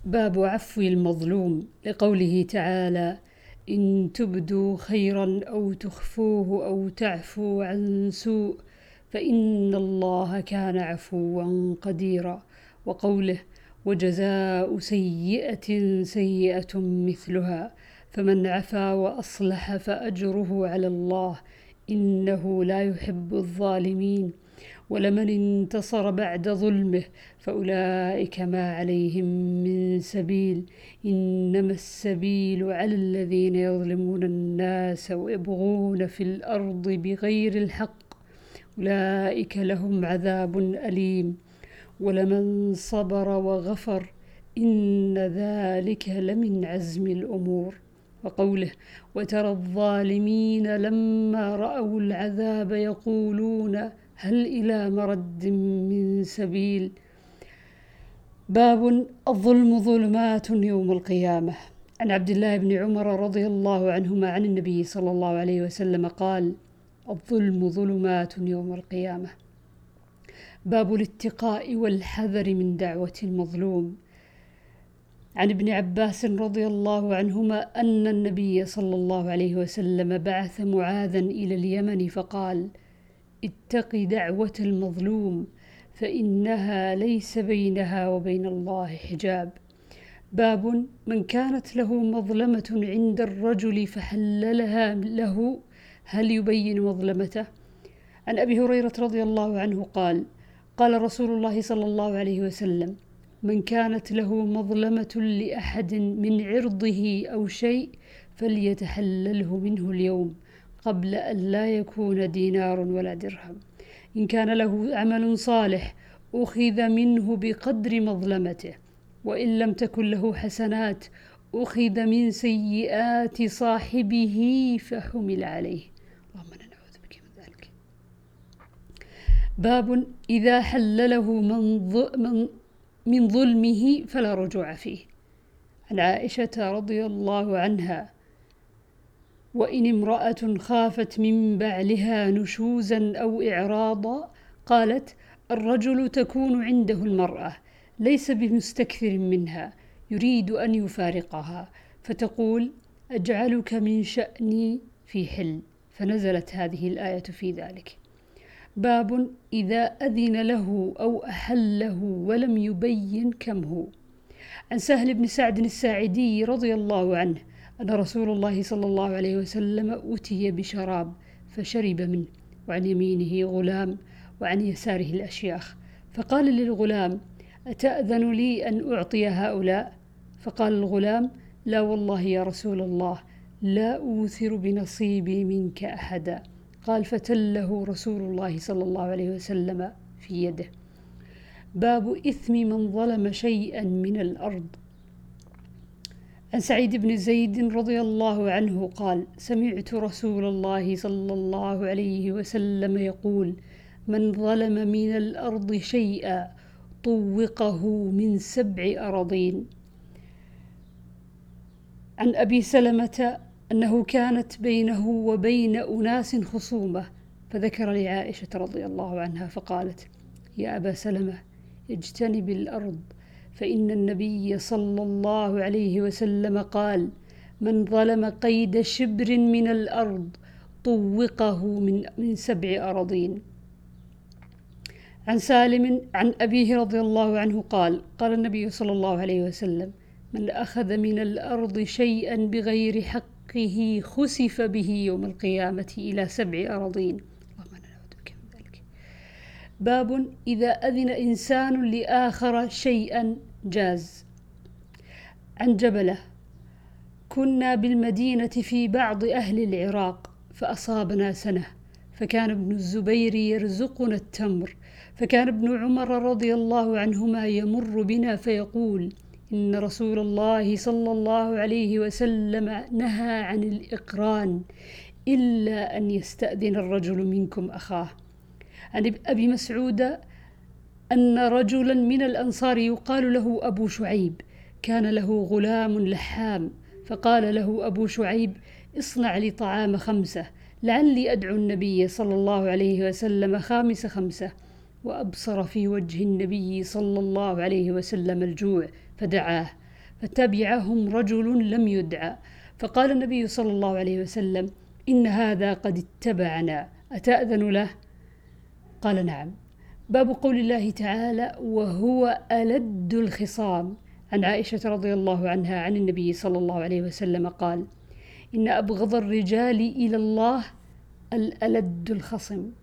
باب عفو المظلوم، لقوله تعالى: إن تبدوا خيرا أو تخفوه أو تعفو عن سوء فإن الله كان عفوا قديرا. وقوله: وجزاء سيئة سيئة مثلها فمن عفا وأصلح فأجره على الله إنه لا يحب الظالمين. ولمن انتصر بعد ظلمه فأولئك ما عليهم من سبيل، إنما السبيل على الذين يظلمون الناس ويبغون في الأرض بغير الحق أولئك لهم عذاب أليم. ولمن صبر وغفر إن ذلك لمن عزم الأمور. وقوله: وترى الظالمين لما رأوا العذاب يقولون هل إلى مرد من سبيل. باب الظلم ظلمات يوم القيامة. عن عبد الله بن عمر رضي الله عنهما عن النبي صلى الله عليه وسلم قال: الظلم ظلمات يوم القيامة. باب الاتقاء والحذر من دعوة المظلوم. عن ابن عباس رضي الله عنهما أن النبي صلى الله عليه وسلم بعث معاذا إلى اليمن فقال: اتق دعوة المظلوم فإنها ليس بينها وبين الله حجاب. باب من كانت له مظلمة عند الرجل فحللها له هل يبين مظلمته. عن أبي هريرة رضي الله عنه قال: قال رسول الله صلى الله عليه وسلم: من كانت له مظلمة لأحد من عرضه أو شيء فليتحلله منه اليوم قبل أن لا يكون دينار ولا درهم. إن كان له عمل صالح أخذ منه بقدر مظلمته، وإن لم تكن له حسنات أخذ من سيئات صاحبه فحمل عليه. اللهم إنا نعوذ بك من ذلك. باب إذا حلله من ظلمه فلا رجوع فيه. عن عائشة رضي الله عنها: وإن امرأة خافت من بعلها نشوزا أو إعراضا قالت: الرجل تكون عنده المرأة ليس بمستكثر منها يريد أن يفارقها فتقول: أجعلك من شأني في حل، فنزلت هذه الآية في ذلك. باب إذا أذن له أو أحله ولم يبين كم هو. عن سهل بن سعد الساعدي رضي الله عنه أن رسول الله صلى الله عليه وسلم أتي بشراب فشرب منه، وعن يمينه غلام وعن يساره الأشياخ، فقال للغلام: أتأذن لي أن أعطي هؤلاء؟ فقال الغلام: لا والله يا رسول الله، لا أوثر بنصيبي منك أحدا. قال: فتله رسول الله صلى الله عليه وسلم في يده. باب إثم من ظلم شيئا من الأرض. عن سعيد بن زيد رضي الله عنه قال: سمعت رسول الله صلى الله عليه وسلم يقول: من ظلم من الأرض شيئا طوقه من 7 أراضين. عن أبي سلمة أنه كانت بينه وبين أناس خصومة، فذكر لعائشة رضي الله عنها فقالت: يا أبا سلمة، اجتنب الأرض، فإن النبي صلى الله عليه وسلم قال: من ظلم قيد شبر من الأرض طوقه من 7 أراضين. عن سالم عن أبيه رضي الله عنه قال: قال النبي صلى الله عليه وسلم: من أخذ من الأرض شيئا بغير حقه خسف به يوم القيامة إلى 7 أراضين. اللهم إنا نعوذ بك من ذلك. باب إذا أذن إنسان لآخر شيئا جاز. عن جبلة: كنا بالمدينة في بعض أهل العراق فأصابنا سنة، فكان ابن الزبير يرزقنا التمر، فكان ابن عمر رضي الله عنهما يمر بنا فيقول: إن رسول الله صلى الله عليه وسلم نهى عن الإقران إلا أن يستأذن الرجل منكم أخاه. عن أبي مسعود أن رجلا من الأنصار يقال له أبو شعيب كان له غلام لحام، فقال له أبو شعيب: اصنع لي طعام 5 لعلي أدعو النبي صلى الله عليه وسلم خامس 5. وأبصر في وجه النبي صلى الله عليه وسلم الجوع فدعاه، فتبعهم رجل لم يدعى، فقال النبي صلى الله عليه وسلم: إن هذا قد اتبعنا، أتأذن له؟ قال: نعم. باب قول الله تعالى: وهو ألد الخصام. عن عائشة رضي الله عنها عن النبي صلى الله عليه وسلم قال: إن أبغض الرجال إلى الله الألد الخصم.